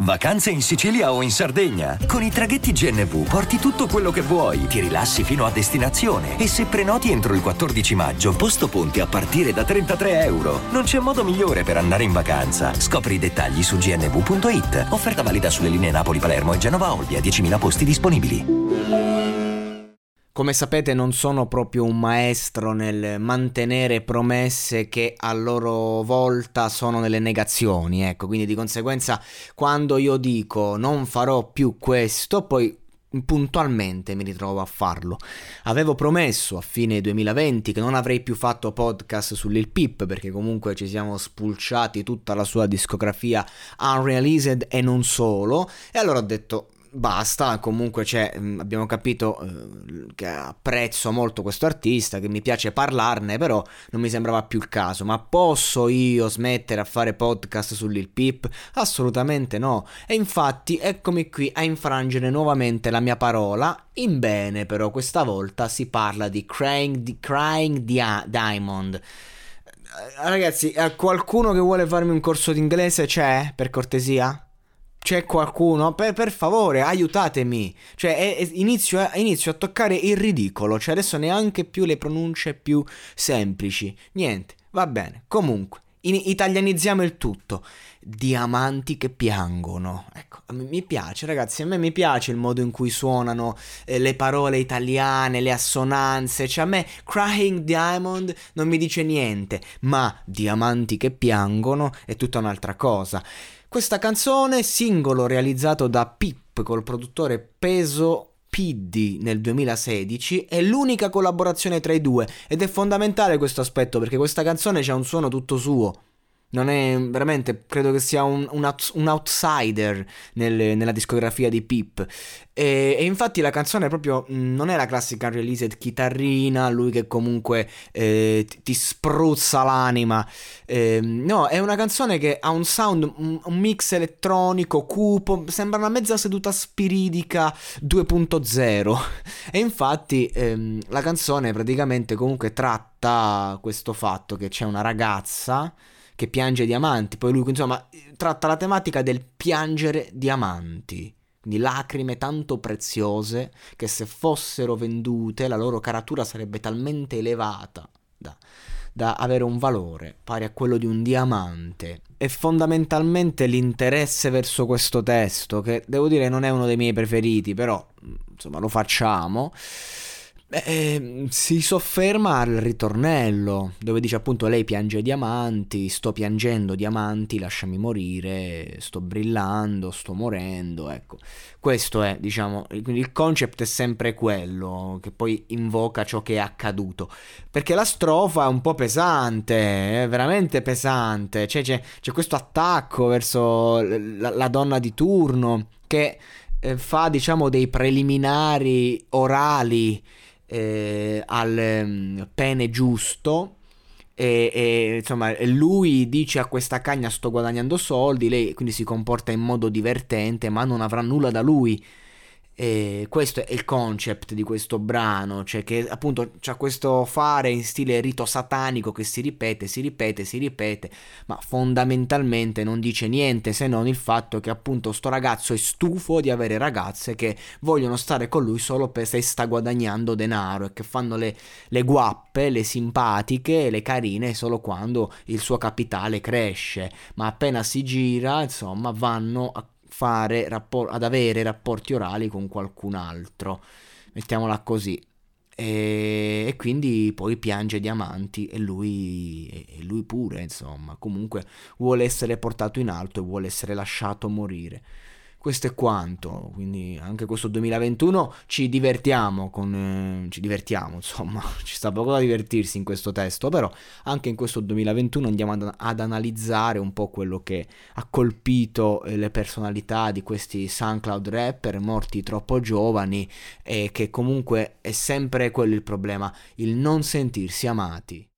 Vacanze in Sicilia o in Sardegna? Con i traghetti GNV porti tutto quello che vuoi, ti rilassi fino a destinazione e se prenoti entro il 14 maggio, posto ponti a partire da €33. Non c'è modo migliore per andare in vacanza. Scopri i dettagli su gnv.it. Offerta valida sulle linee Napoli-Palermo e Genova-Olbia, 10.000 posti disponibili. Come sapete non sono proprio un maestro nel mantenere promesse che a loro volta sono nelle negazioni, ecco, quindi di conseguenza quando io dico non farò più questo, poi puntualmente mi ritrovo a farlo. Avevo promesso a fine 2020 che non avrei più fatto podcast su Lil Peep, perché comunque ci siamo spulciati tutta la sua discografia unreleased e non solo, e allora ho detto basta, comunque abbiamo capito che apprezzo molto questo artista, che mi piace parlarne, però non mi sembrava più il caso. Ma posso io smettere a fare podcast su Lil Peep? Assolutamente no. E infatti eccomi qui a infrangere nuovamente la mia parola, in bene però questa volta si parla di Crying Diamond. Ragazzi, qualcuno che vuole farmi un corso d'inglese c'è, per cortesia? C'è qualcuno? Per favore, aiutatemi. Cioè, inizio a toccare il ridicolo. Cioè, adesso neanche più le pronunce più semplici. Niente, va bene. Comunque, italianizziamo il tutto. Diamanti che piangono. Ecco, mi piace, ragazzi. A me mi piace il modo in cui suonano le parole italiane, le assonanze. Cioè, a me Crying Diamond non mi dice niente. Ma Diamanti che piangono è tutta un'altra cosa. Questa canzone, singolo realizzato da Pip col produttore Peso Piddy nel 2016, è l'unica collaborazione tra i due ed è fondamentale questo aspetto perché questa canzone c'ha un suono tutto suo. Non è veramente, credo che sia un outsider nella discografia di Pip. E infatti la canzone proprio non è la classica unreleased chitarrina, lui che comunque ti spruzza l'anima. No, è una canzone che ha un sound, un mix elettronico, cupo, sembra una mezza seduta spiridica 2.0. E infatti la canzone praticamente comunque tratta questo fatto che c'è una ragazza che piange diamanti, poi lui insomma tratta la tematica del piangere diamanti, quindi lacrime tanto preziose che se fossero vendute la loro caratura sarebbe talmente elevata da avere un valore pari a quello di un diamante. E fondamentalmente l'interesse verso questo testo, che devo dire non è uno dei miei preferiti, però insomma lo facciamo, si sofferma al ritornello dove dice appunto lei piange diamanti, sto piangendo diamanti, lasciami morire, sto brillando, sto morendo, ecco. Questo è, diciamo, quindi il concept è sempre quello, che poi invoca ciò che è accaduto, perché la strofa è un po' pesante, è veramente pesante, c'è questo attacco verso la donna di turno che fa, diciamo, dei preliminari orali al pene giusto e insomma lui dice a questa cagna sto guadagnando soldi, lei quindi si comporta in modo divertente ma non avrà nulla da lui. E questo è il concept di questo brano, cioè che appunto c'ha questo fare in stile rito satanico che si ripete, ma fondamentalmente non dice niente se non il fatto che appunto sto ragazzo è stufo di avere ragazze che vogliono stare con lui solo per se sta guadagnando denaro e che fanno le guappe, le simpatiche, le carine solo quando il suo capitale cresce, ma appena si gira insomma vanno ad avere rapporti orali con qualcun altro, mettiamola così, e quindi poi piange diamanti e lui pure, insomma, comunque vuole essere portato in alto e vuole essere lasciato morire. Questo è quanto, quindi anche questo 2021 ci divertiamo, insomma, ci sta poco da divertirsi in questo testo, però anche in questo 2021 andiamo ad analizzare un po' quello che ha colpito le personalità di questi SoundCloud rapper morti troppo giovani e che comunque è sempre quello il problema, il non sentirsi amati.